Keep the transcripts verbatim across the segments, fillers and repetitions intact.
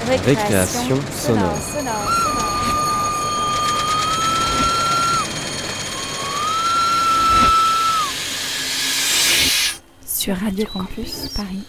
Récréation sonore. sonore. Sur Radio Campus Paris.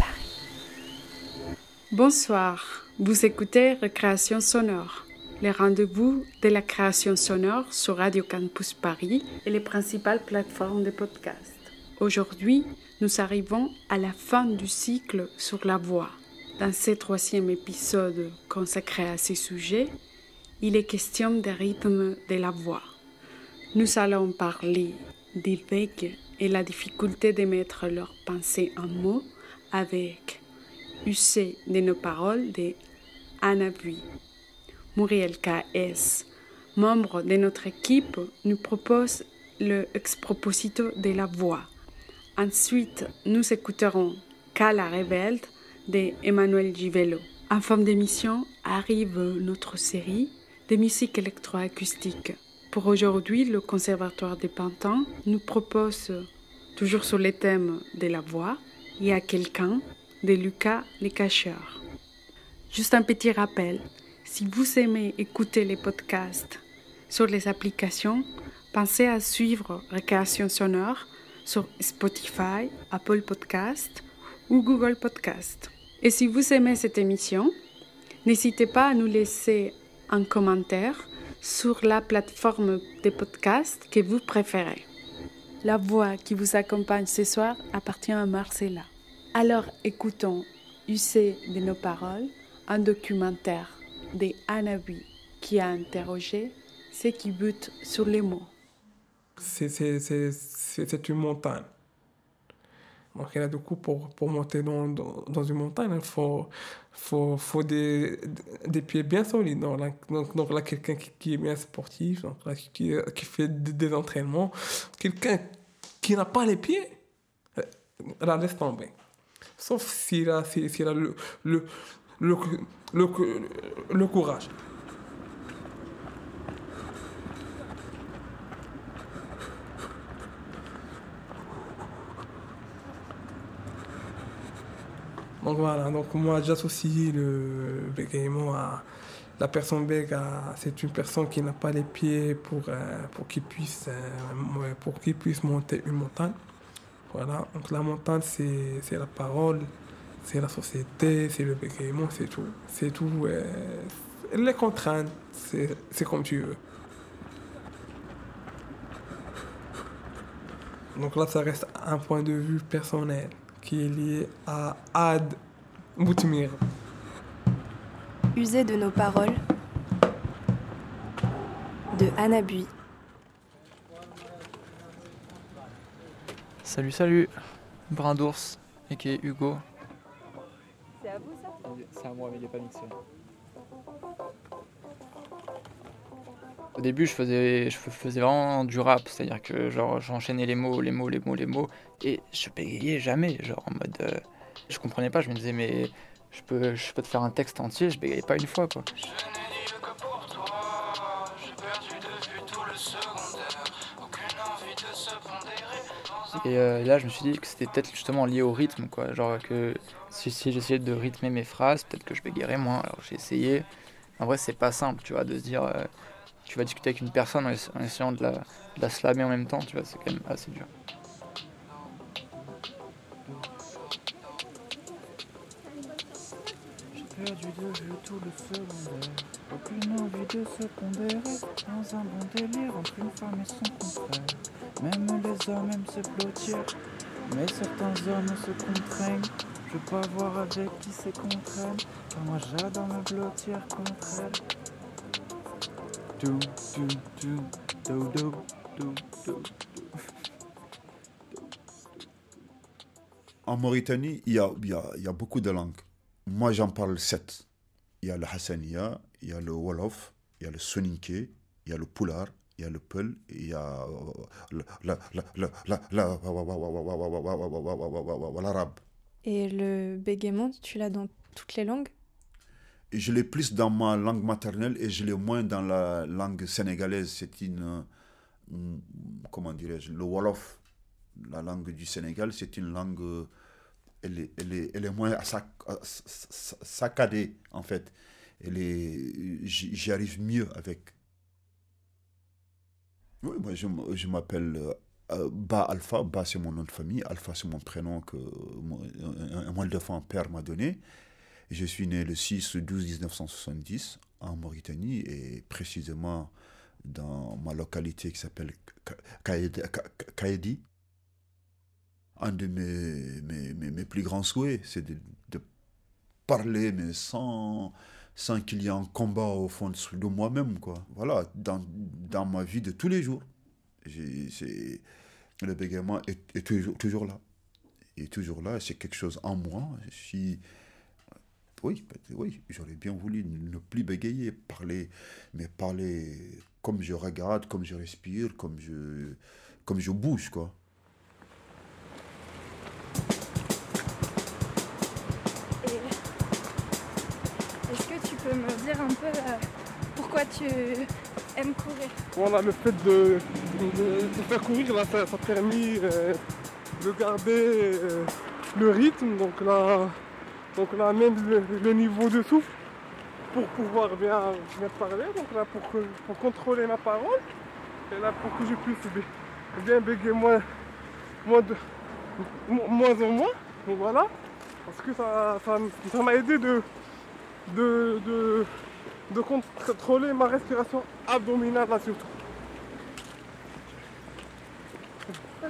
Bonsoir, vous écoutez Récréation sonore, les rendez-vous de la création sonore sur Radio Campus Paris et les principales plateformes de podcast. Aujourd'hui, nous arrivons à la fin du cycle sur la voix. Dans ce troisième épisode consacré à ce sujet, il est question des rythmes de la voix. Nous allons parler des vagues et la difficulté de mettre leurs pensées en mots avec User de nos paroles de Anna Bui. Muriel K S, membre de notre équipe, nous propose le Exproposito de la voix. Ensuite, nous écouterons Cala Rebelde de Emmanuel Givello. En fin d'émission arrive notre série de musique électroacoustique. Pour aujourd'hui, le Conservatoire de Pantin nous propose, toujours sur les thèmes de la voix, Il y a quelqu'un de Lucas Le Cacheur. Juste un petit rappel, si vous aimez écouter les podcasts sur les applications, pensez à suivre Récréation sonore sur Spotify, Apple Podcast ou Google Podcast. Et si vous aimez cette émission, n'hésitez pas à nous laisser un commentaire sur la plateforme de podcast que vous préférez. La voix qui vous accompagne ce soir appartient à Marcella. Alors écoutons User de nos paroles, un documentaire de Anna Bui qui a interrogé ceux qui butent sur les mots. C'est, c'est, c'est, c'est, c'est une montagne. Donc, et là, du coup, pour, pour monter dans, dans, dans une montagne, il faut, faut, faut des, des pieds bien solides. Donc là, donc, donc là quelqu'un qui, qui est bien sportif, donc là, qui, qui fait des, des entraînements, quelqu'un qui n'a pas les pieds, là, laisse tomber. Sauf s'il a, s'il a le, le, le, le, le, le courage. Donc voilà, donc moi j'associe le bégaiement à la personne bègue, à, c'est une personne qui n'a pas les pieds pour, euh, pour qu'il puisse, euh, pour qu'il puisse monter une montagne. Voilà, donc la montagne c'est, c'est la parole, c'est la société, c'est le bégaiement, c'est tout. C'est tout, euh, les contraintes, c'est, c'est comme tu veux. Donc là ça reste un point de vue personnel qui est lié à Ad Boutmir. User de nos paroles de Anna Bui. Salut, salut, Brin d'ours, et qui est Hugo. C'est à vous ça ? C'est à moi, mais il n'est pas mixé. Au début, je faisais, je faisais vraiment du rap, c'est-à-dire que genre, j'enchaînais les mots, les mots, les mots, les mots, et je bégayais jamais, genre en mode... Euh, je comprenais pas, je me disais, mais je peux, je peux te faire un texte entier, je bégayais pas une fois, quoi. Je n'ai dit que pour toi, j'ai perdu de vue tout le secondaire, aucune envie de se pondérer. Et euh, là, je me suis dit que c'était peut-être justement lié au rythme, quoi, genre que si, si j'essayais de rythmer mes phrases, peut-être que je bégayerais moins, alors j'ai essayé. En vrai, c'est pas simple, tu vois, de se dire... Euh, tu vas discuter avec une personne en, ess- en essayant de la, de la slammer en même temps, tu vois, c'est quand même assez dur. J'ai perdu de vue tout le secondaire, aucune envie de se pondérer, dans un bon délire entre une femme et son confrère. Même les hommes aiment se blottir, mais certains hommes se contraignent. Je veux pas voir avec qui se contraignent, car moi j'adore me blottir contre elles. Do, do, do, do, do, do, do. En Mauritanie, il y a, il y, a, il y a beaucoup de langues. Moi, j'en parle sept. Il y a le Hassania, il y a le Wolof, il y a le Soninké, il y a le Pulaar, il y a le Peul, il y a l'arabe. Et le bégaiement, tu l'as dans toutes les langues ? Je l'ai plus dans ma langue maternelle et je l'ai moins dans la langue sénégalaise. C'est une... Comment dirais-je ? Le Wolof, la langue du Sénégal, c'est une langue... Elle est, elle est, elle est moins sac, saccadée, en fait. elle est, j'y j'y arrive mieux avec. Oui, moi, je, m- je m'appelle euh, Ba Alpha. Ba, c'est mon nom de famille. Alpha, c'est mon prénom que mon- un, un Moldavien père m'a donné. Je suis né le six douze mille neuf cent soixante-dix en Mauritanie et précisément dans ma localité qui s'appelle Ka- Kaedi. Ka- Ka- Kaedi. Un de mes, mes, mes, mes plus grands souhaits, c'est de, de parler, mais sans, sans qu'il y ait un combat au fond de, de moi-même, quoi. Voilà, dans, dans ma vie de tous les jours. J'ai- c'est, le bégaiement est, est toujours, toujours là. Il est toujours là, c'est quelque chose en moi. Je suis... Oui, peut- oui, j'aurais bien voulu ne plus bégayer, parler, mais parler comme je regarde, comme je respire, comme je, comme je bouge, quoi. Et est-ce que tu peux me dire un peu euh, pourquoi tu aimes courir? Voilà, le fait de, de, de faire courir, là, ça, ça a permis euh, de garder euh, le rythme, donc là, donc là même le, le niveau de souffle pour pouvoir bien, bien parler, donc là pour, que, pour contrôler ma parole, et là pour que je puisse bé- bien bégayer moins, moins, de, mo- moins en moins, donc voilà, parce que ça ça, ça m'a aidé de, de, de, de contrôler ma respiration abdominale là surtout. Ok.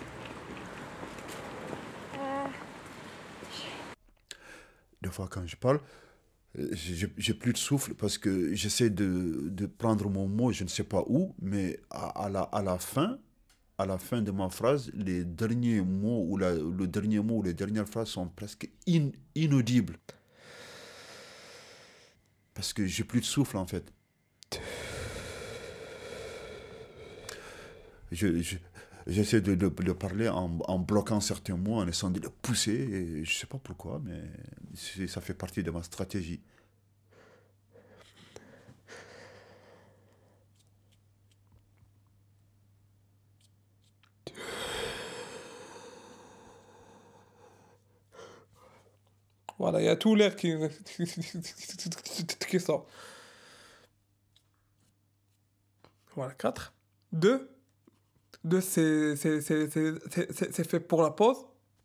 Euh, Des fois, quand je parle, euh, j'ai j'ai plus de souffle parce que j'essaie de, de prendre mon mot, je ne sais pas où, mais à, à la, à la fin, à la fin de ma phrase, les derniers mots ou la- le dernier mot ou les dernières phrases sont presque in- inaudibles. Parce que j'ai plus de souffle, en fait. Je, je- j'essaie de, de- de parler en, en bloquant certains mots, en essayant de les pousser, et je sais pas pourquoi, mais c'est- ça fait partie de ma stratégie. Voilà, il y a tout l'air qui, qui sort. Voilà, quatre. deux. deux, c'est c'est- c'est- c'est- c'est- c'est- c'est fait pour la pause.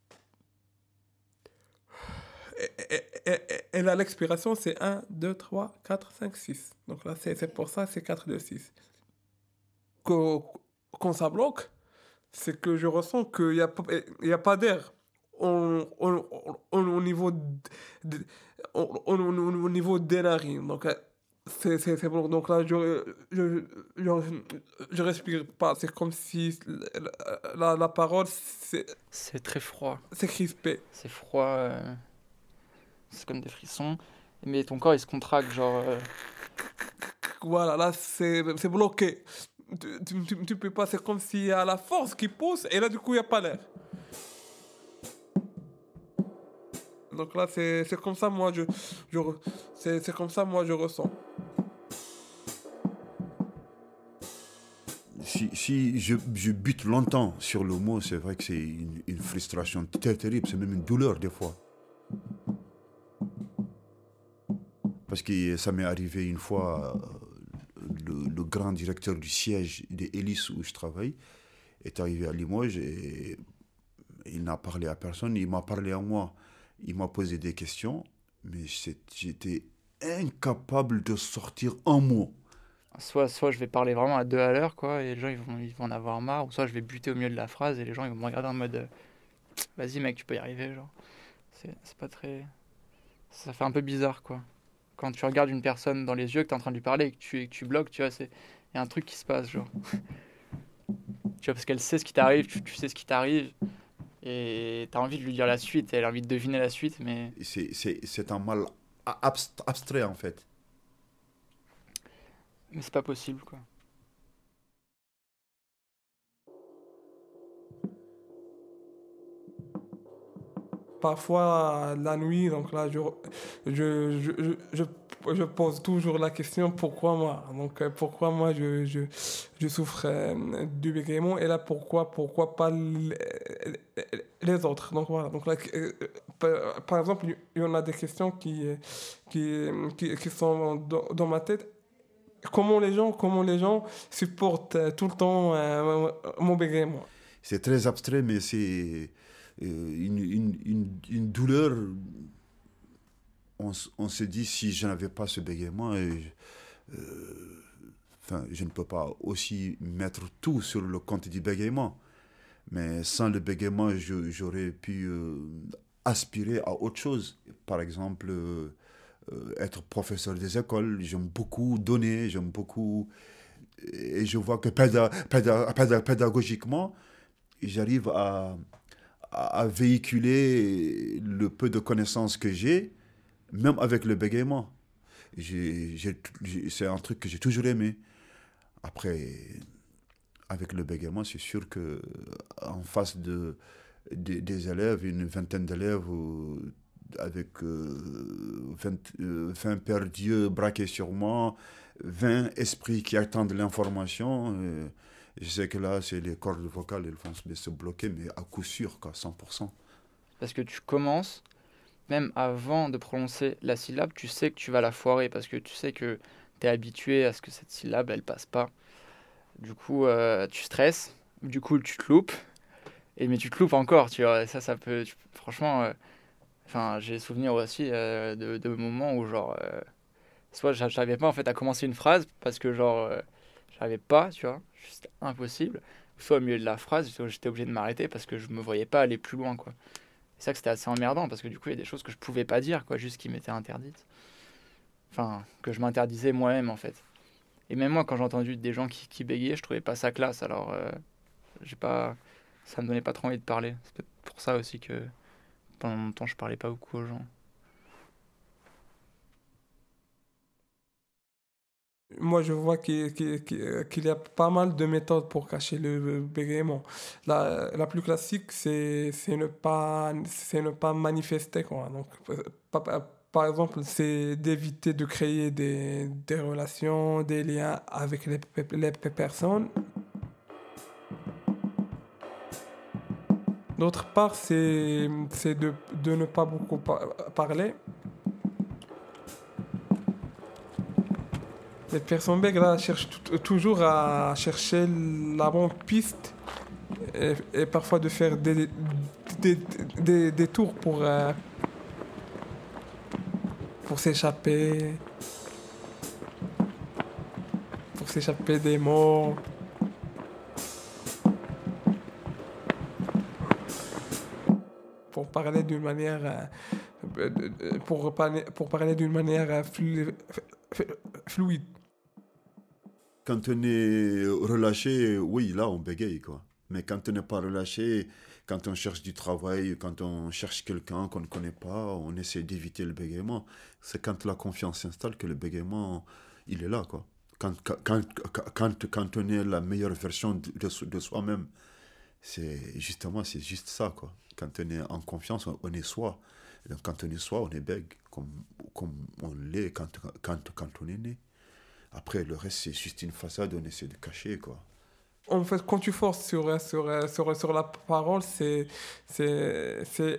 Et, et- et- et- et là, l'expiration, c'est un, deux, trois, quatre, cinq, six. Donc là, c'est c'est pour ça, c'est quatre, deux, six. Que- Quand ça bloque, c'est que je ressens qu'il n'y a, pas- il y a pas d'air au, au, au- au niveau de, de- au, au- au- au niveau des narines. Donc, euh, c'est c'est- c'est bon. Donc là, je, je, je, je respire pas. C'est comme si la, la, la parole, c'est C'est très froid. c'est crispé. C'est froid. euh, C'est comme des frissons. Mais ton corps, il se contracte, genre... euh, Voilà, là, c'est c'est bloqué. Tu, tu, tu- tu peux pas, c'est comme s'il y a la force qui pousse et là, du coup, il n'y a pas l'air. Donc là, c'est c'est comme ça, moi, je, je re- c'est c'est comme ça, moi, je ressens. Si, si je, je bute longtemps sur le mot, c'est vrai que c'est une, une frustration très terrible, c'est même une douleur des fois. Parce que ça m'est arrivé une fois, euh, le, le grand directeur du siège des Hélices où je travaille est arrivé à Limoges et il n'a parlé à personne, il m'a parlé à moi. Il m'a posé des questions, mais c'est- j'étais incapable de sortir un mot. Soit, soit je vais parler vraiment à deux à l'heure, quoi, et les gens ils vont, ils vont en avoir marre, ou soit je vais buter au milieu de la phrase et les gens ils vont me regarder en mode euh, vas-y mec, tu peux y arriver, genre. C'est, c'est pas très. Ça fait un peu bizarre, quoi. Quand tu regardes une personne dans les yeux, que t'es en train de lui parler et que tu, et que tu bloques, tu vois, c'est. Il y a un truc qui se passe, genre. Tu vois, parce qu'elle sait ce qui t'arrive, tu, tu sais ce qui t'arrive, et t'as envie de lui dire la suite, et elle a envie de deviner la suite, mais. C'est, c'est, c'est un mal abst- abstrait en fait. Mais c'est pas possible, quoi. Parfois, la nuit, donc là, je, je, je, je, je, je pose toujours la question pourquoi moi. Donc, euh, pourquoi moi je, je, je souffre euh, du bégaiement et là, pourquoi, pourquoi pas l- les autres. Donc voilà. Donc là, euh, par, par exemple, il y en a des questions qui, qui, qui, qui sont dans, dans ma tête. Comment les gens, comment les gens supportent tout le temps euh, mon bégaiement. C'est très abstrait, mais c'est euh, une, une, une, une douleur. On, on se dit, si je n'avais pas ce bégaiement, et, euh, enfin, je ne peux pas aussi mettre tout sur le compte du bégaiement. Mais sans le bégaiement, je, j'aurais pu euh, aspirer à autre chose. Par exemple, euh, euh, être professeur des écoles. J'aime beaucoup donner, j'aime beaucoup... Et je vois que péda, péda, péda, pédagogiquement, j'arrive à, à, à véhiculer le peu de connaissances que j'ai, même avec le bégaiement. J'ai, j'ai, j'ai, c'est un truc que j'ai toujours aimé. Après, avec le bégaiement, c'est sûr qu'en face de, de, des élèves, une vingtaine d'élèves, avec euh, vingt, euh, vingt paires d'yeux braqués sur moi, vingt esprits qui attendent l'information, euh, je sais que là, c'est les cordes vocales, elles vont se bloquer, mais à coup sûr, quoi, cent pour cent. Parce que tu commences, même avant de prononcer la syllabe, tu sais que tu vas la foirer, parce que tu sais que tu es habitué à ce que cette syllabe, elle passe pas. Du coup, euh, tu stresses, du coup, tu te loupes, et, mais tu te loupes encore, tu vois, et ça, ça peut, tu, franchement, euh, enfin, j'ai souvenir aussi euh, de, de moments où, genre, euh, soit j'arrivais pas, en fait, à commencer une phrase, parce que, genre, euh, j'arrivais pas, tu vois, c'était impossible, soit au milieu de la phrase, j'étais obligé de m'arrêter, parce que je me voyais pas aller plus loin, quoi. C'est ça que c'était assez emmerdant, parce que du coup, il y a des choses que je pouvais pas dire, quoi, juste qui m'étaient interdites. Enfin, que je m'interdisais moi-même, en fait. Et même moi, quand j'ai entendu des gens qui, qui bégayaient, je trouvais pas ça classe. Alors, euh, j'ai pas, ça me donnait pas trop envie de parler. C'est peut-être pour ça aussi que pendant longtemps, je parlais pas beaucoup aux gens. Moi, je vois qu'il, qu'il, qu'il y a pas mal de méthodes pour cacher le bégaiement. La, la plus classique, c'est, c'est, ne pas, c'est ne pas manifester, quoi. Donc, pas, par exemple, c'est d'éviter de créer des, des relations, des liens avec les, les personnes. D'autre part, c'est, c'est de, de ne pas beaucoup par- parler. Les personnes bègues là cherchent t- toujours à chercher la bonne piste et, et parfois de faire des, des, des, des tours pour, euh, pour s'échapper, pour s'échapper des mots. Pour parler d'une manière, euh, pour parler, pour parler d'une manière flu, fluide. Quand on est relâché, oui, là, on bégaye, quoi. Mais quand on n'est pas relâché, quand on cherche du travail, quand on cherche quelqu'un qu'on ne connaît pas, on essaie d'éviter le bégaiement. C'est quand la confiance s'installe que le bégaiement, il est là, quoi. Quand, quand, quand, quand on est la meilleure version de, de, de soi-même, c'est justement, c'est juste ça, quoi. Quand on est en confiance, on, on est soi. Et donc, quand on est soi, on est bègue, comme, comme on l'est quand, quand, quand on est né. Après, le reste, c'est juste une façade, on essaie de cacher, quoi. En fait, quand tu forces sur, sur, sur, sur la parole, c'est, c'est, c'est,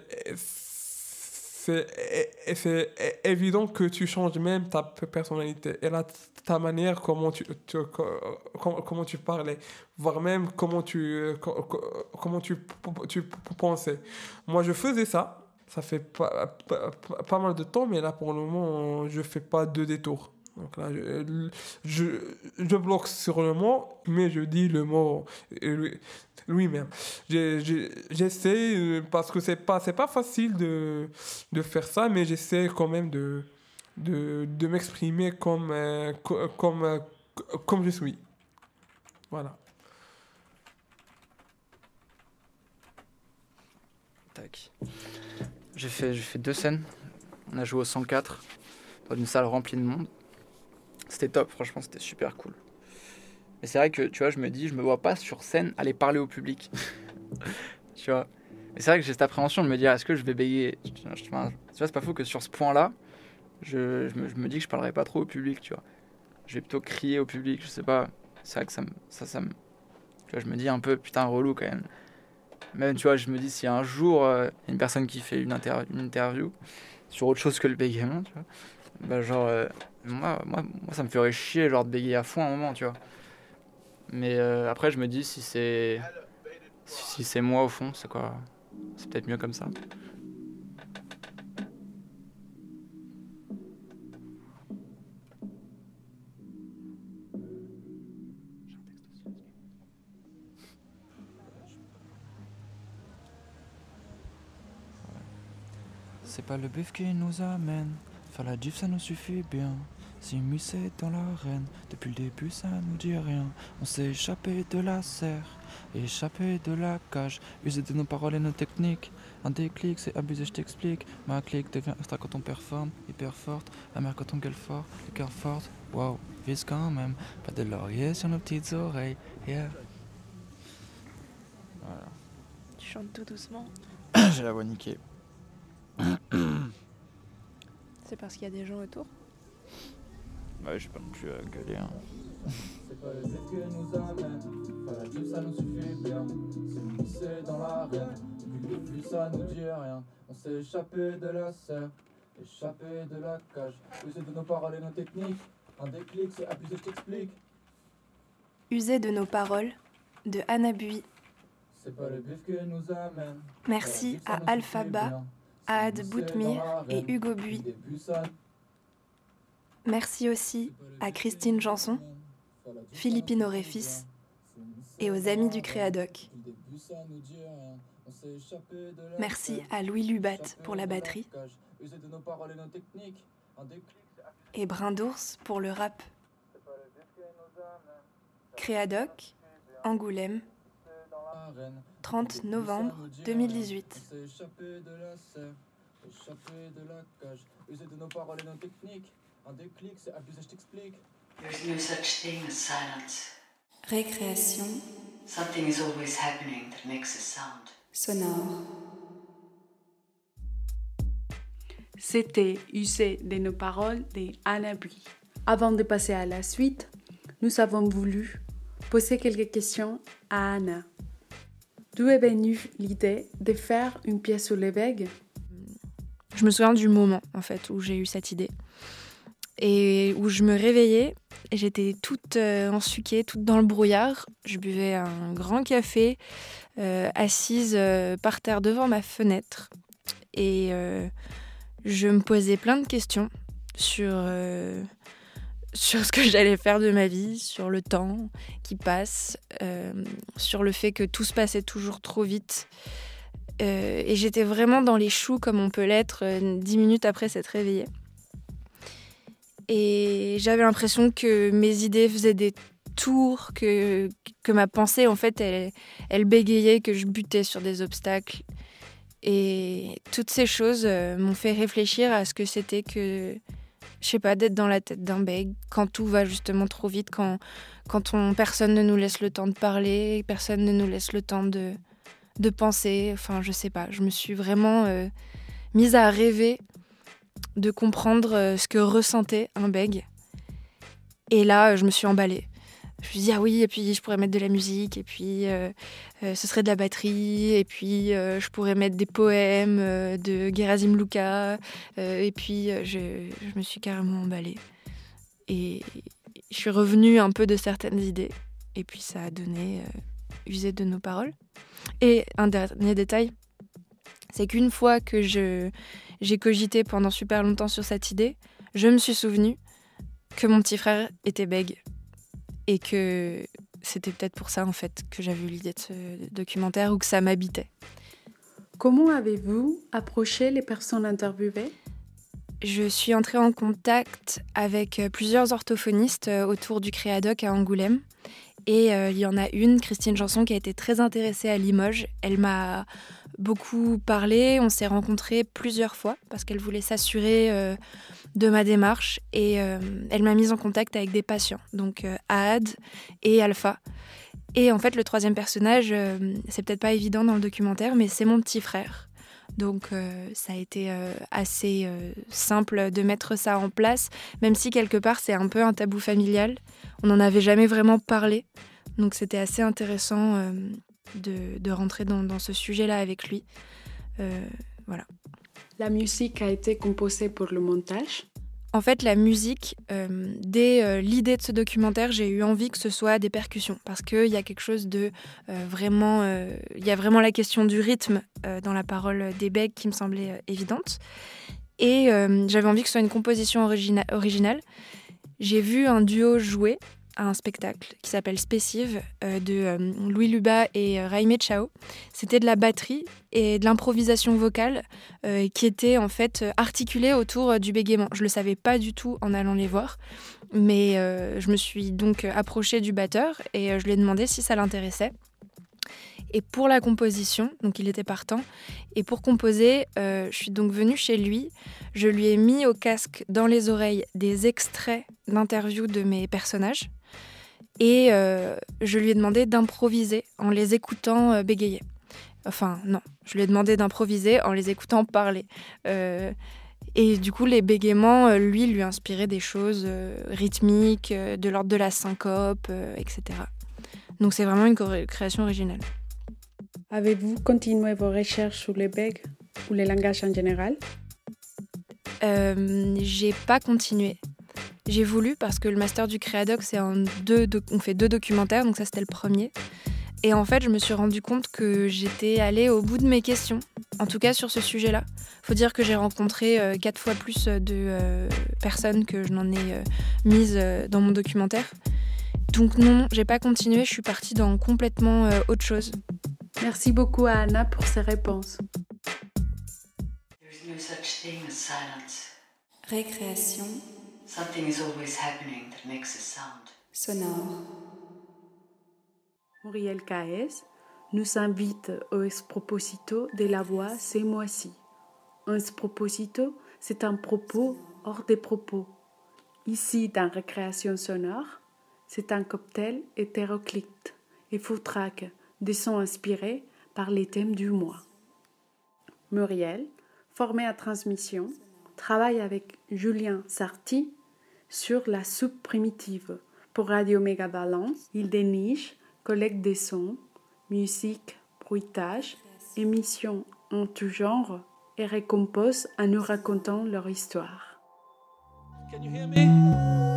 c'est, c'est évident que tu changes même ta personnalité et la, ta manière, comment tu, tu, comment, comment tu parlais, voire même comment tu, comment tu, tu pensais. Moi, je faisais ça, ça fait pas, pas, pas mal de temps, mais là, pour le moment, je fais pas de détour. Donc là, je, je, je bloque sur le mot, mais je dis le mot lui, lui-même. J'ai, j'ai, j'essaie, parce que c'est pas, c'est pas facile de, de faire ça, mais j'essaie quand même de, de, de m'exprimer comme, euh, comme, euh, comme je suis. Voilà. Tac. J'ai fait, j'ai fait deux scènes. On a joué au cent quatre, dans une salle remplie de monde. C'était top, franchement, c'était super cool. Mais c'est vrai que, tu vois, je me dis, je me vois pas sur scène aller parler au public. Tu vois. Mais c'est vrai que j'ai cette appréhension de me dire, est-ce que je vais bégayer ? Tu vois, c'est pas faux que sur ce point-là, je, je, me, je me dis que je parlerai pas trop au public, tu vois. Je vais plutôt crier au public, je sais pas. C'est vrai que ça me... Ça, ça me... Tu vois, je me dis un peu, putain, relou quand même. Même, tu vois, je me dis, si un jour, euh, y a une personne qui fait une, inter- une interview sur autre chose que le bégaiement, tu vois, bah genre, euh, moi, moi, moi, ça me ferait chier, genre, de bégayer à fond à un moment, tu vois. Mais euh, après, je me dis, si c'est, si, si c'est moi au fond, c'est quoi, c'est peut-être mieux comme ça. C'est pas le bœuf qui nous amène, faire la diff ça nous suffit bien. S'immiscer dans l'arène, depuis le début ça nous dit rien. On s'est échappé de la serre, échappé de la cage, user de nos paroles et nos techniques. Un déclic c'est abusé, je t'explique. Ma clique devient extra quand on performe, hyper forte. La mère quand on gueule fort, le cœur fort. Wow, vise quand même, pas de laurier sur nos petites oreilles. Yeah. Voilà. Tu chantes tout doucement. J'ai la voix niquée. C'est parce qu'il y a des gens autour. Ouais, j'ai pas non plus à gueuler. Hein. C'est pas le but que nous amène, faire la diff ça nous suffit bien. S'immiscer dans l'arène, depuis le début ça nous dit rien. On s'est échappé de la serre, échappé de la cage, user de nos paroles et nos techniques. Un déclic c'est abusé, je t'explique. User de nos paroles, de Anna Bui. C'est pas le bif que nous amène. Merci à Alphaba, Aad Boutmir et Hugo Bui. Merci aussi à Christine Janson, Philippine Auréfis et aux amis du Créadoc. Merci à Louis Lubat pour la batterie et Brin d'Ours pour le rap. Créadoc, Angoulême, trente novembre deux mille dix-huit. There's no such thing as silence. Récréation Something is always happening that makes a sound. sonore. C'était User de nos paroles de Anna Bui. Avant de passer à la suite, nous avons voulu poser quelques questions à Anna. D'où est venue l'idée de faire une pièce sur les bègues ? Je me souviens du moment, en fait, où j'ai eu cette idée. Et où je me réveillais, et j'étais toute euh, ensuquée, toute dans le brouillard. Je buvais un grand café, euh, assise euh, par terre devant ma fenêtre. Et euh, je me posais plein de questions sur, euh, sur ce que j'allais faire de ma vie, sur le temps qui passe, euh, sur le fait que tout se passait toujours trop vite. Euh, et j'étais vraiment dans les choux, comme on peut l'être euh, dix minutes après s'être réveillée. Et j'avais l'impression que mes idées faisaient des tours, que, que ma pensée, en fait, elle, elle bégayait, que je butais sur des obstacles. Et toutes ces choses euh, m'ont fait réfléchir à ce que c'était que, je sais pas, d'être dans la tête d'un bègue, quand tout va justement trop vite, quand, quand on, personne ne nous laisse le temps de parler, personne ne nous laisse le temps de, de penser. Enfin, je sais pas, je me suis vraiment euh, mise à rêver de comprendre ce que ressentait un bègue. Et là, je me suis emballée. Je me suis dit, ah oui, et puis je pourrais mettre de la musique, et puis euh, euh, ce serait de la batterie, et puis euh, je pourrais mettre des poèmes euh, de Gerasim Luka, euh, et puis euh, je, je me suis carrément emballée. Et je suis revenue un peu de certaines idées, et puis ça a donné euh, User de nos paroles. Et un dernier détail, c'est qu'une fois que je, j'ai cogité pendant super longtemps sur cette idée, je me suis souvenue que mon petit frère était bègue. Et que c'était peut-être pour ça, en fait, que j'avais eu l'idée de ce documentaire ou que ça m'habitait. Comment avez-vous approché les personnes interviewées ? Je suis entrée en contact avec plusieurs orthophonistes autour du Créadoc à Angoulême. Et euh, il y en a une, Christine Janson, qui a été très intéressée à Limoges. Elle m'a beaucoup parlé, on s'est rencontrés plusieurs fois parce qu'elle voulait s'assurer euh, de ma démarche. Et euh, elle m'a mise en contact avec des patients, donc euh, Aad et Alpha. Et en fait, le troisième personnage, euh, c'est peut-être pas évident dans le documentaire, mais c'est mon petit frère. Donc euh, ça a été euh, assez euh, simple de mettre ça en place, même si quelque part c'est un peu un tabou familial. On n'en avait jamais vraiment parlé, donc c'était assez intéressant euh, de, de rentrer dans, dans ce sujet-là avec lui. Euh, voilà. La musique a été composée pour le montage. En fait, la musique, euh, dès euh, l'idée de ce documentaire, j'ai eu envie que ce soit des percussions, parce qu'il y a quelque chose de euh, vraiment... Il euh, y a vraiment la question du rythme euh, dans la parole des Bègues qui me semblait euh, évidente. Et euh, j'avais envie que ce soit une composition origina- originale. J'ai vu un duo jouer à un spectacle qui s'appelle Spessive euh, de euh, Louis Luba et euh, Raimé Chao. C'était de la batterie et de l'improvisation vocale euh, qui était en fait articulée autour euh, du bégaiement. Je le savais pas du tout en allant les voir, mais euh, je me suis donc approchée du batteur et euh, je lui ai demandé si ça l'intéressait. Et pour la composition, donc il était partant, et pour composer, euh, je suis donc venue chez lui. Je lui ai mis au casque dans les oreilles des extraits d'interviews de mes personnages. Et euh, je lui ai demandé d'improviser en les écoutant euh, bégayer. Enfin, non, je lui ai demandé d'improviser en les écoutant parler. Euh, et du coup, les bégaiements, euh, lui, lui inspiraient des choses euh, rythmiques, euh, de l'ordre de la syncope, euh, et cetera. Donc c'est vraiment une co- création originale. Avez-vous continué vos recherches sur les bègues ou les langages en général ? euh, J'ai pas continué. J'ai voulu parce que le master du Créadoc, c'est en deux doc- on fait deux documentaires, donc ça c'était le premier. Et en fait, je me suis rendu compte que j'étais allée au bout de mes questions, en tout cas sur ce sujet-là. Faut dire que j'ai rencontré euh, quatre fois plus de euh, personnes que je n'en ai euh, mises euh, dans mon documentaire. Donc non, non, j'ai pas continué, je suis partie dans complètement euh, autre chose. Merci beaucoup à Anna pour ses réponses. There's no such thing as silence. Récréation Something is always happening that makes a sound. sonore. Muriel Caes nous invite au Esproposito de la voix ce mois-ci. Un Esproposito, c'est un propos hors des propos. Ici, dans Récréation sonore, c'est un cocktail hétéroclite et foutraque des sons inspirés par les thèmes du mois. Muriel, formée à transmission, travaille avec Julien Sarti sur la soupe primitive. Pour Radio Méga Valence, il déniche, collecte des sons, musique, bruitage, émissions en tout genre et récompose en nous racontant leur histoire. Can you hear me?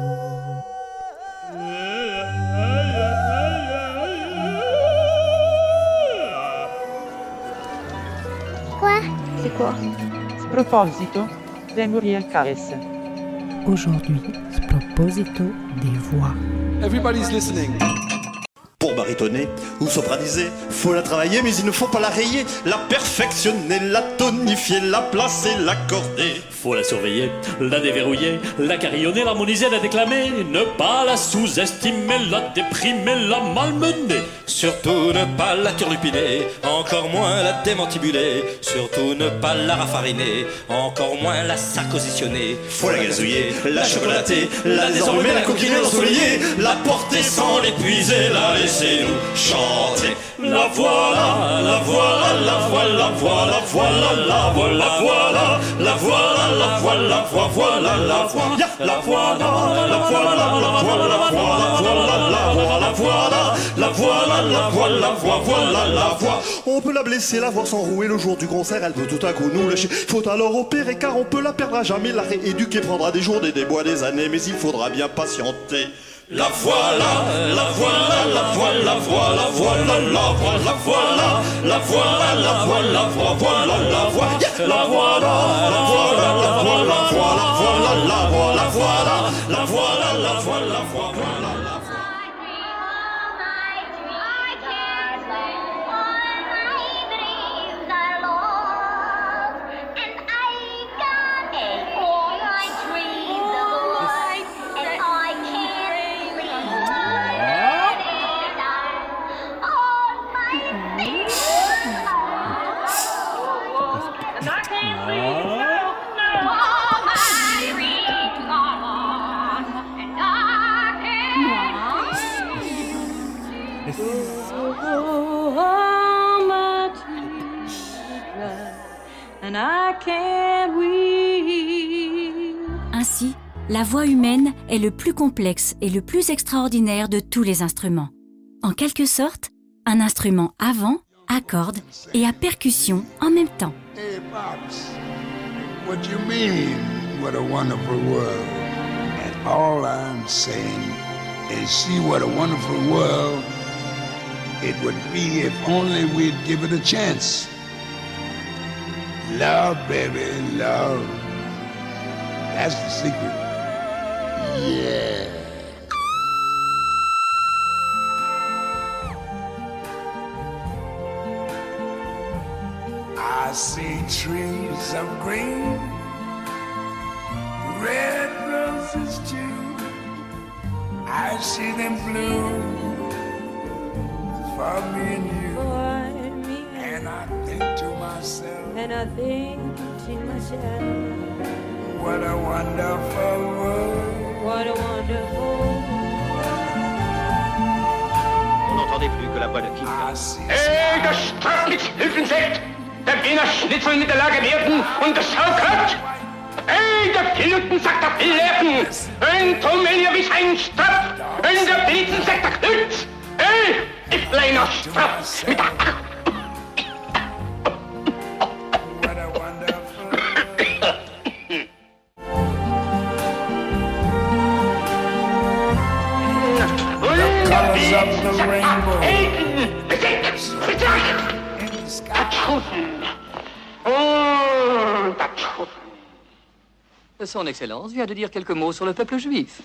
Quoi? C'est quoi? Sproposito de Muriel Caes. Aujourd'hui, Sproposito des voix. Everybody's listening. Pour barytonner ou sopraniser, faut la travailler mais il ne faut pas la rayer, la perfectionner, la tonifier, la placer, l'accorder. Faut la surveiller, la déverrouiller, la carillonner, l'harmoniser, la déclamer, ne pas la sous-estimer, la déprimer, la malmener. Surtout ne pas la turlupiner, encore moins la démantibuler. Surtout ne pas la raffariner, encore moins la sarcositionner. Faut la gazouiller, la chocolater, la désenrhumer, la coquiner, l'ensoleiller, la porter sans l'épuiser, la laissez-nous chanter. La voilà, la voilà, la voilà, la voilà, la voilà, la voilà, la voilà, la voilà, la voilà, la voilà, la voilà, la voilà, la voilà, la voilà, la voilà, la voilà, la voilà, la voilà, voilà, la voix. On peut la blesser, la voir s'enrouer le jour du concert, elle peut tout à coup nous lâcher. Faut alors opérer car on peut la perdre à jamais, la rééduquer prendra des jours, des, des mois, des années, mais il faudra bien patienter. La voilà, la voilà, la voilà, la voilà, la voilà, la voilà, la voilà, la voilà, la voilà, la voilà, la voilà, la voilà, la voilà, la voilà, la voilà, la voilà, la voilà, la voilà, la voilà, la voilà. Ainsi, la voix humaine est le plus complexe et le plus extraordinaire de tous les instruments. En quelque sorte, un instrument à vent, à cordes et à percussion en même temps. Hey, Pops, what do you mean, what a wonderful world? And all I'm saying is see what a wonderful world it would be if only we'd give it a chance. Love, baby, love. That's the secret. Yeah. I see trees of green, red roses too. I see them bloom for me and you. For me. And I think to myself, and I think to myself, what a wonderful world. What a wonderful world. On n'entendait plus que la voix de Kinga. Hey, das Strafnitzhilfensekt! Der Wiener Schnitzel mit der Lage werden und das Sauerkraut! Hey, der Pilten sagt der Pillerten! Ein Tomelier wie ein Strapf! Und der Blitzen sagt der Knütz! Hey, ich kleiner Strapf mit der... Son Excellence vient de dire quelques mots sur le peuple juif.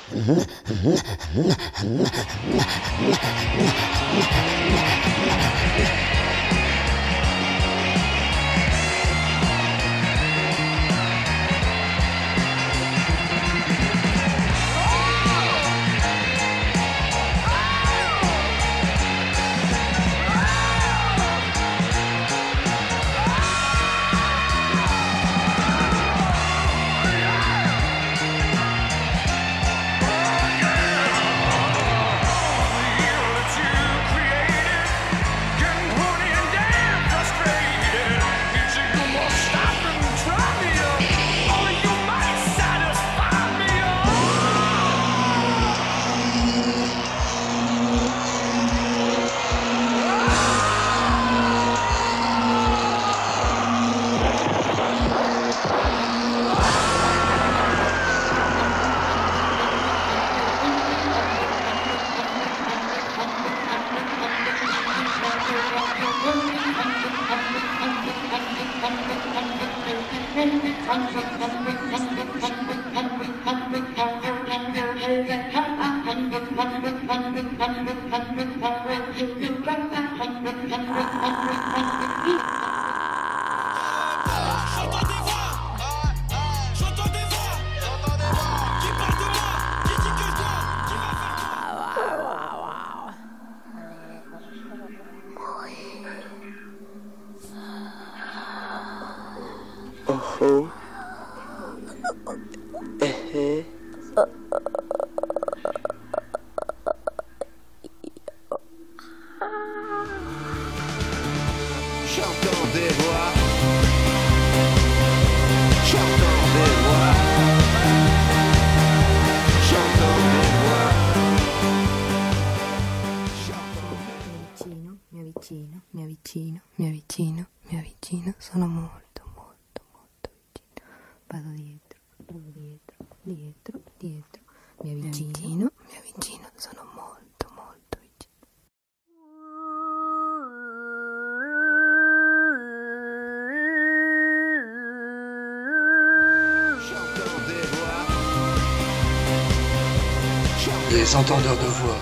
Les entendeurs de voix.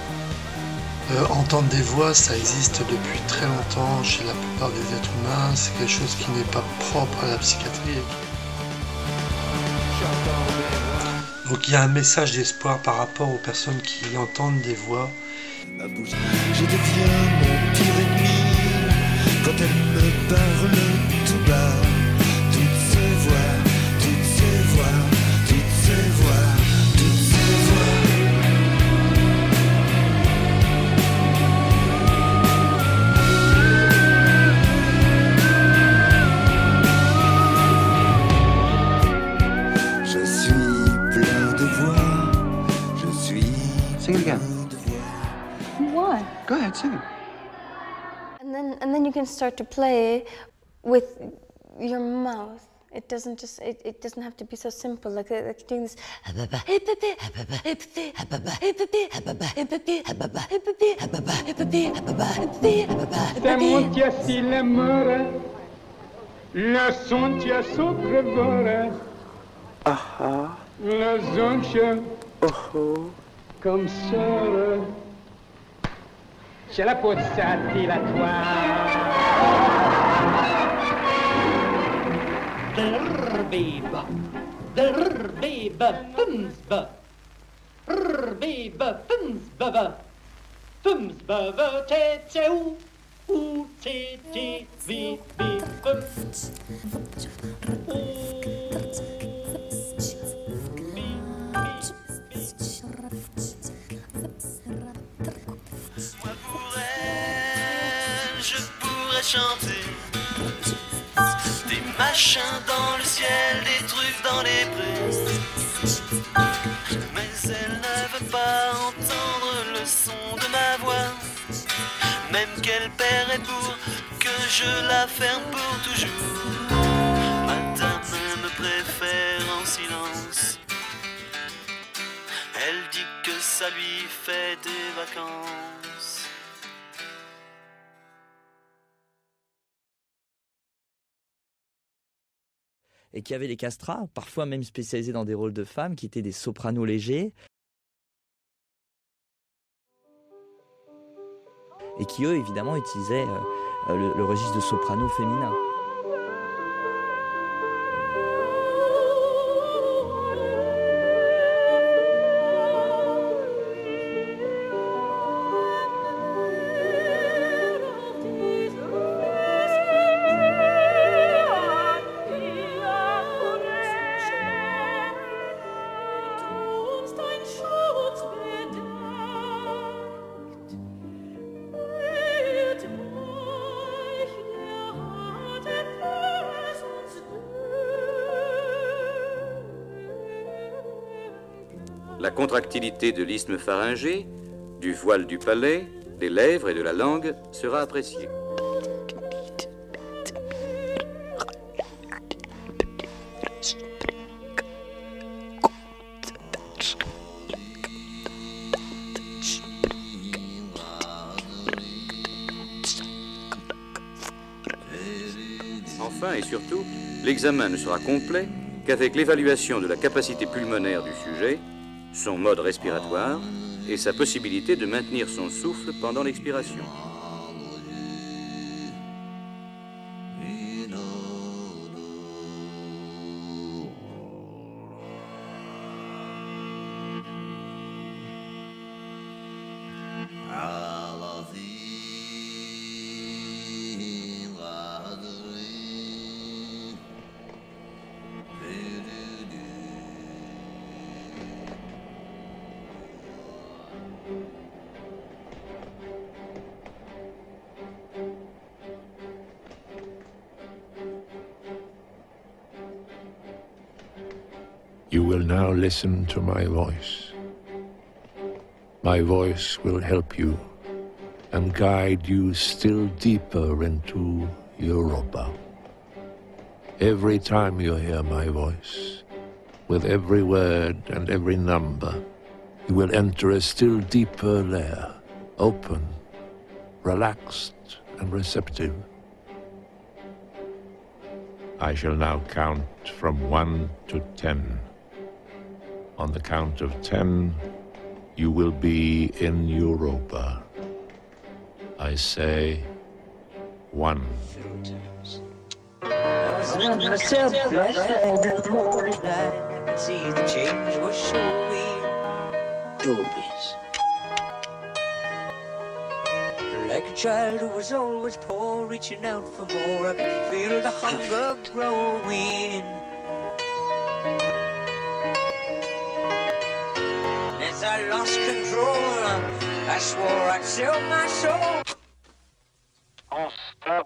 Euh, entendre des voix, ça existe depuis très longtemps chez la plupart des êtres humains. C'est quelque chose qui n'est pas propre à la psychiatrie. Donc il y a un message d'espoir par rapport aux personnes qui entendent des voix. Ma bouche, je deviens mon pire ennemi quand elle me parle tout bas. Toutes ces voix, toutes ces voix, toutes ces voix, toutes ces voix. Je suis plein de voix, je suis Sing it again. What? Go ahead, sing it. then and then you can start to play with your mouth. It doesn't just it, it doesn't have to be so simple like, like doing this. La sontia sopra vora. Aha. La zoncha. Oh. Comme ça. C'est la pozzata dilatoire. Drbiba, drbiba, pumsba, drbiba, pumsba, pumsba, te te u, u te te vi vi pum. Moi pour elle, je pourrais chanter des machins dans le ciel, des trucs dans les prés. Mais elle ne veut pas entendre le son de ma voix, même qu'elle paierait pour que je la ferme pour toujours. Madame me préfère en silence. Elle dit que ça lui fait des vacances. Et qu'il y avait les castrats, parfois même spécialisés dans des rôles de femmes, qui étaient des sopranos légers, et qui, eux, évidemment, utilisaient euh, le, le registre de soprano féminin. La contractilité de l'isthme pharyngé, du voile du palais, des lèvres et de la langue sera appréciée. Enfin et surtout, l'examen ne sera complet qu'avec l'évaluation de la capacité pulmonaire du sujet, son mode respiratoire et sa possibilité de maintenir son souffle pendant l'expiration. You will now listen to my voice. My voice will help you and guide you still deeper into Europa. Every time you hear my voice, with every word and every number, you will enter a still deeper layer, open, relaxed and receptive. I shall now count from one to ten. On the count of ten, you will be in Europa. I say, one. Myself, the morning light, I could see the change was showing. Doobies. Like a child who was always poor, reaching out for more, I could feel the hunger growing. As I lost control, I swore I'd sell my soul. On stop.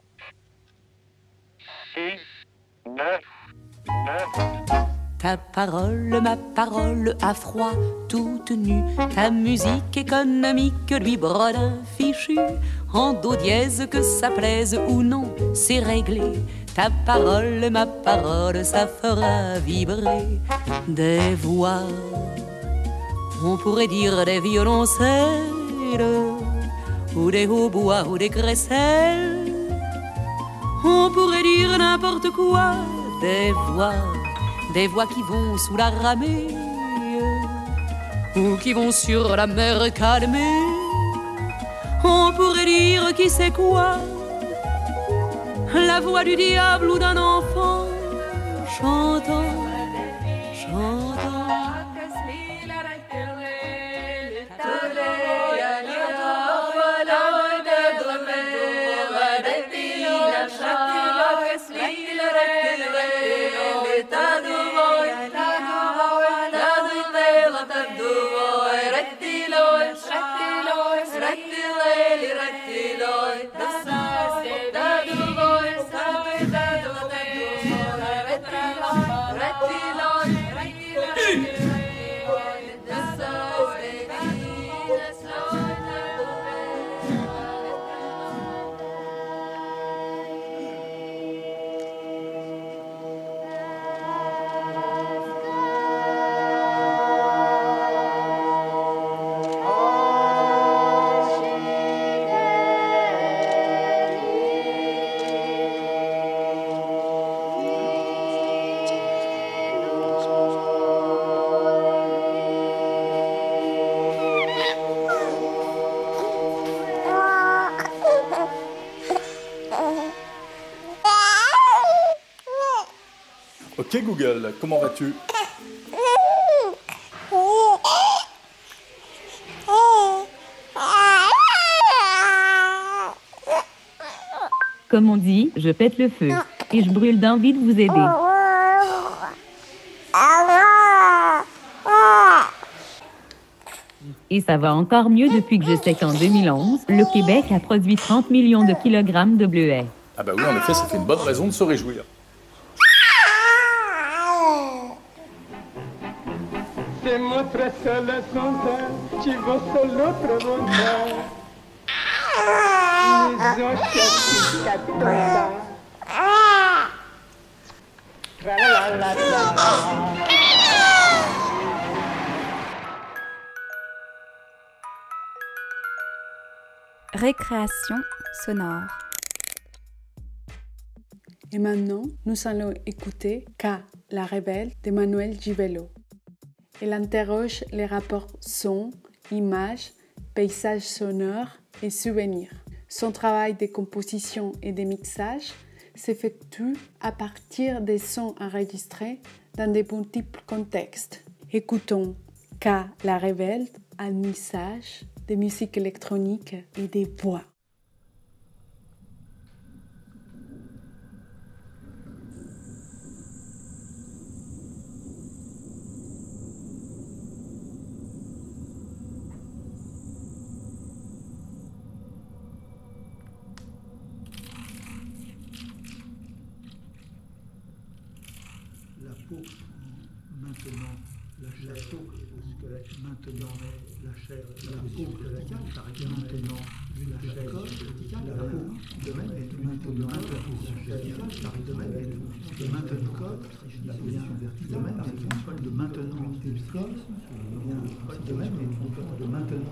Six, neuf, neuf. Ta parole, ma parole, à froid, toute nue. Ta musique économique lui brode un fichu. en do dièse, que ça plaise ou non, c'est réglé. Ta parole, ma parole, ça fera vibrer des voix. On pourrait dire des violoncelles, ou des hautbois, ou des crécelles. On pourrait dire n'importe quoi, des voix, des voix qui vont sous la ramée, ou qui vont sur la mer calmée. On pourrait dire qui sait quoi, la voix du diable ou d'un enfant chantant, chantant. Ok Google, comment vas-tu? Comme on dit, je pète le feu et je brûle d'envie de vous aider. Et ça va encore mieux depuis que je sais qu'en deux mille onze, le Québec a produit trente millions de kilogrammes de bleuets. Ah bah oui, en effet, c'était une bonne raison de se réjouir. C'est notre seule santé, tu vas sur l'autre monde. Nous ont cherché quatre Récréation sonore. Et maintenant, nous allons écouter K, la rebelle d'Emmanuel Givello. Elle interroge les rapports son, image, paysage sonore et souvenirs. Son travail de composition et de mixage s'effectue à partir des sons enregistrés dans de multiples contextes. Écoutons K, la rebelle, un mixage de musique électronique et des voix. Maintenant, la chair, la peau, maintenant, la chair, la peau verticale, par exemple, maintenant, la chair verticale, la peau, de même, et maintenant, la position verticale, par exemple, de maintenant, la position verticale, par exemple, de maintenant, du corps, de même, et de maintenant,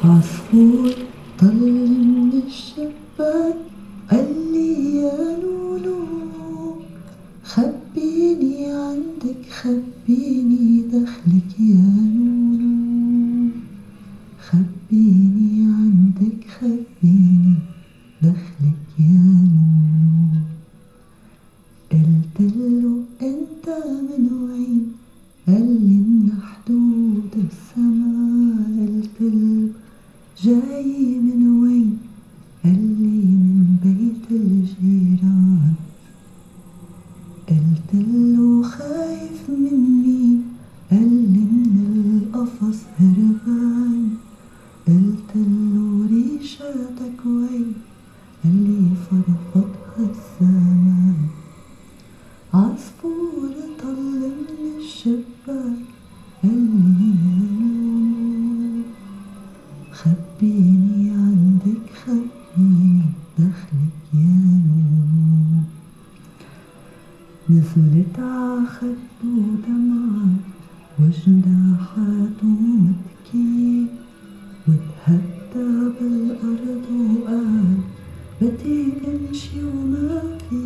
عصفور طل من الشباك قال لي يا لولو خبيني عندك خبيني دخلك يا لولو خبيني عندك خبيني دخلك يا لولو قلت له انت من وين قال لي من حدود السما قلت له جاي من وين قال لي من بيت الجيران قلت له خايف من مين قال لي من القفص هربان قلت له ريشتك وين قال لي فرفضها الزمان عصفور طل من الشباك قال لي يا لولو خبيني عندك خبيني دخلك يا لولو نزلت عخده دمعة وجناحاته مبكي وتهدى بالأرض وقال بدي أمشي وما في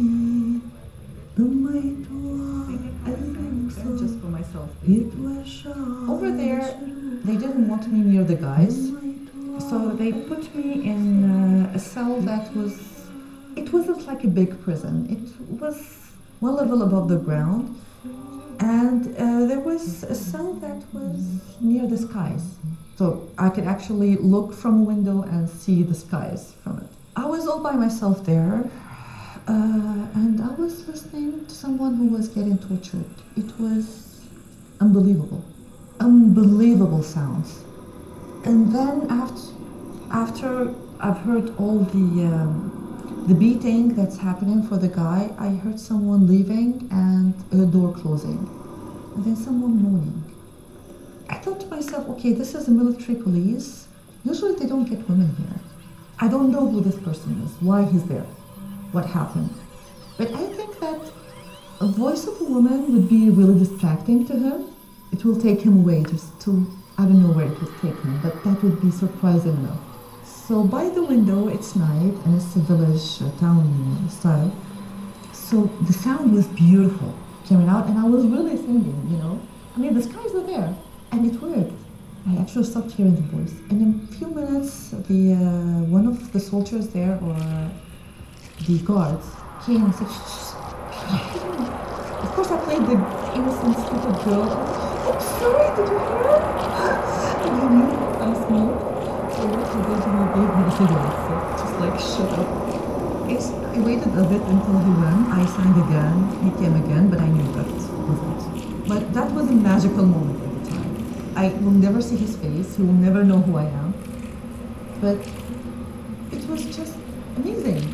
ضميته عقلبي وصار يتوجع Over there, they didn't want me near the guys, so they put me in uh, a cell that was, it wasn't like a big prison, it was one level above the ground, and uh, there was a cell that was near the skies, so I could actually look from a window and see the skies from it. I was all by myself there, uh, and I was listening to someone who was getting tortured. It was unbelievable, unbelievable sounds. And then after, after I've heard all the um, the beating that's happening for the guy, I heard someone leaving and a door closing, and then someone moaning. I thought to myself, okay, this is a military police. Usually they don't get women here. I don't know who this person is, why he's there, what happened. But I think that a voice of a woman would be really distracting to him. It will take him away just to, I don't know where it will take him, but that would be surprising enough. So by the window, it's night, and it's a village, a town style. So the sound was beautiful coming out, and I was really singing, you know. I mean, the skies were there, and it worked. I actually stopped hearing the voice. And in a few minutes, the uh, one of the soldiers there, or the guards, came and said, shh, shh. Of course, I played the innocent, stupid girl. I'm sorry, did you hear? And he knew, asked me. So what he did, he gave me the cigarette. So just like, shut up. It's, I waited a bit until he went. I sang again. He came again, but I knew that was it. But that was a magical moment at the time. I will never see his face. He will never know who I am. But it was just amazing.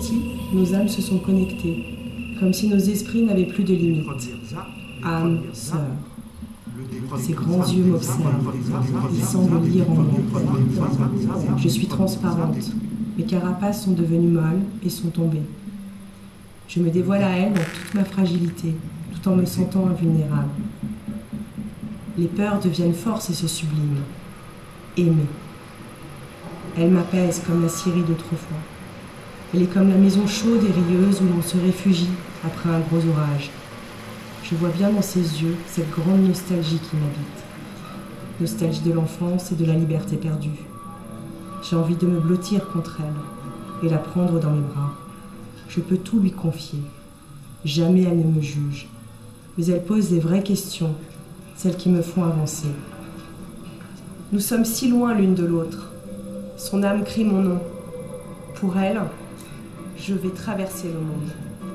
petit, nos âmes se sont connectées, comme si nos esprits n'avaient plus de limites. Âme, sœur. Ses grands yeux m'observent. Ils semblent lire en moi. Je suis transparente. Mes carapaces sont devenues molles et sont tombées. Je me dévoile à elle dans toute ma fragilité, tout en me sentant invulnérable. Les peurs deviennent force et se subliment. Aimer. Elle m'apaise comme la Syrie d'autrefois. Elle est comme la maison chaude et rieuse où l'on se réfugie après un gros orage. Je vois bien dans ses yeux cette grande nostalgie qui m'habite. Nostalgie de l'enfance et de la liberté perdue. J'ai envie de me blottir contre elle et la prendre dans mes bras. Je peux tout lui confier. Jamais elle ne me juge. Mais elle pose les vraies questions, celles qui me font avancer. Nous sommes si loin l'une de l'autre. Son âme crie mon nom. Pour elle, je vais traverser le monde.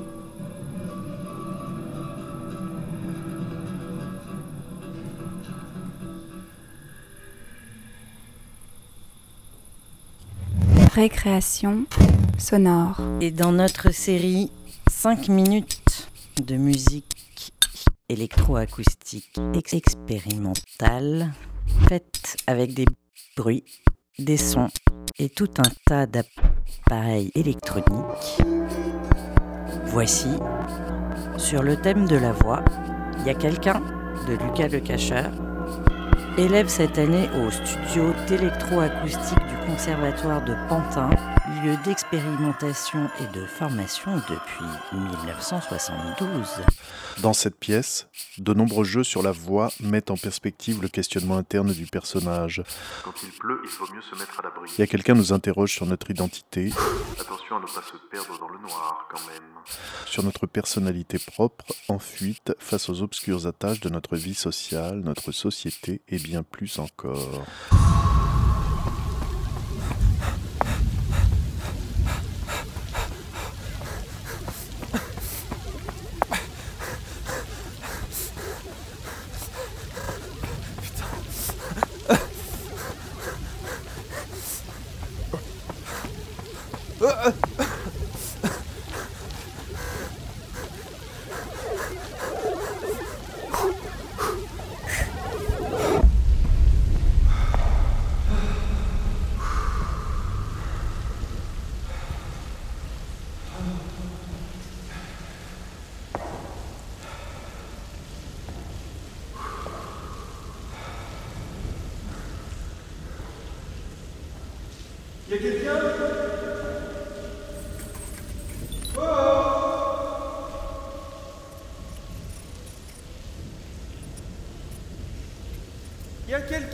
Récréation sonore. Et dans notre série cinq minutes de musique électroacoustique ex- expérimentale, faite avec des bruits, des sons et tout un tas d'appareils électroniques, voici, sur le thème de la voix, il y a quelqu'un de Lucas Le Cacheur, élève cette année au studio d'électroacoustique du Conservatoire de Pantin, lieu d'expérimentation et de formation depuis dix-neuf cent soixante-douze. Dans cette pièce, de nombreux jeux sur la voix mettent en perspective le questionnement interne du personnage. Quand il pleut, il faut mieux se mettre à l'abri. Il y a quelqu'un nous interroge sur notre identité. Attention à ne pas se perdre dans le noir, quand même. Sur notre personnalité propre, en fuite face aux obscures attaches de notre vie sociale, notre société et bien plus encore. Y'a quelqu'un ? Oh ! Y'a quelqu'un ?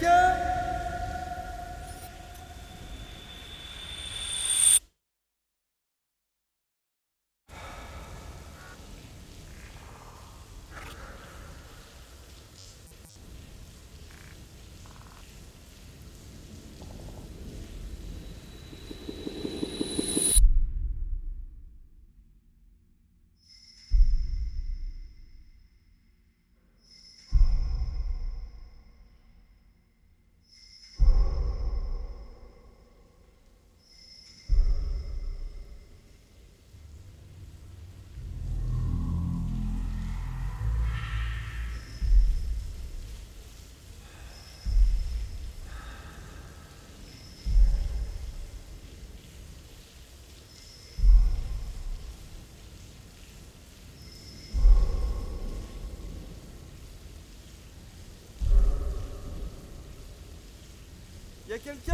Y'a quelqu'un ?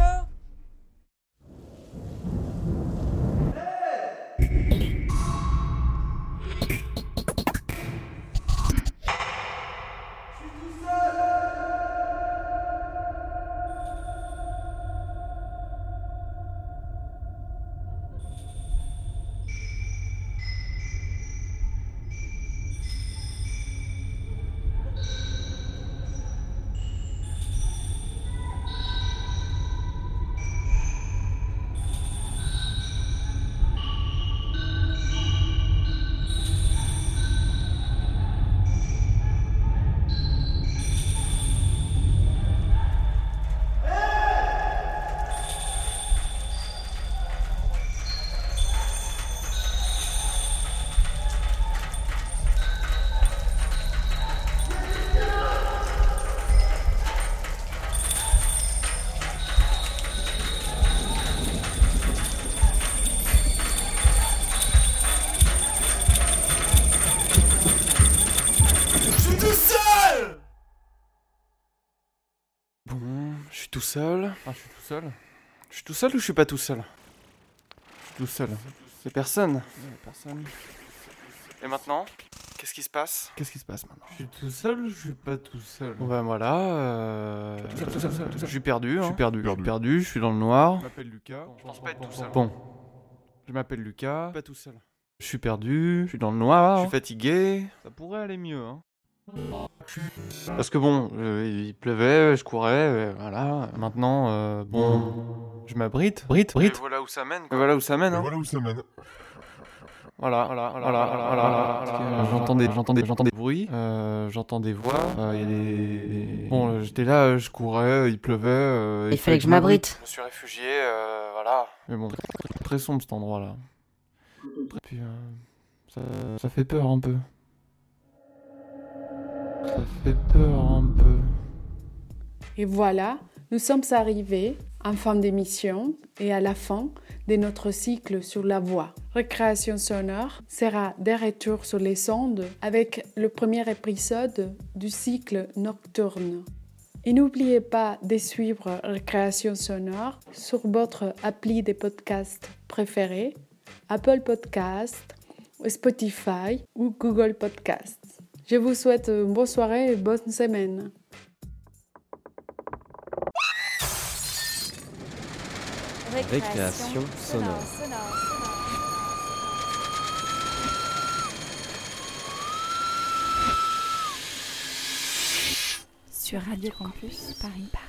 tout seul. Ah, je suis tout seul. Je suis tout seul ou je suis pas tout seul? Je suis tout seul. C'est personne. Ouais, personne. Et maintenant? Qu'est-ce qui se passe? Qu'est-ce qui se passe maintenant? Je suis tout seul ou je suis pas tout seul? Bon ben voilà, euh... je suis perdu, hein. Je suis perdu, je suis Perdu. perdu, je suis dans le noir. Je m'appelle Lucas. Je pense pas être tout seul. Bon. Je m'appelle Lucas. Pas tout seul. Je suis perdu, je suis dans le noir, je suis fatigué. Ça pourrait aller mieux, hein. Parce que bon, euh, il pleuvait, je courais, euh, voilà. Maintenant, euh, bon, je m'abrite, brite, brite. Et voilà où ça mène. Et voilà où ça mène. Hein. Voilà où ça mène. Voilà, voilà, voilà, voilà, voilà, voilà. J'entends des, j'entends des, j'entends des bruits, euh, j'entends des voix. Il euh, y a des, des... bon, euh, j'étais là, je courais, il pleuvait. Euh, il, il fallait que je m'abrite. Je me suis réfugié, euh, voilà. Mais bon, très, très sombre cet endroit-là. Et puis, euh, ça, ça fait peur un peu. Ça fait peur un peu. Et voilà, nous sommes arrivés en fin d'émission et à la fin de notre cycle sur la voix. Récréation sonore sera de retour sur les ondes avec le premier épisode du cycle nocturne. Et n'oubliez pas de suivre Récréation sonore sur votre appli de podcast préféré, Apple Podcast, Spotify ou Google Podcast. Je vous souhaite une bonne soirée et bonne semaine. Récréation sonore. Sur Radio Campus Paris.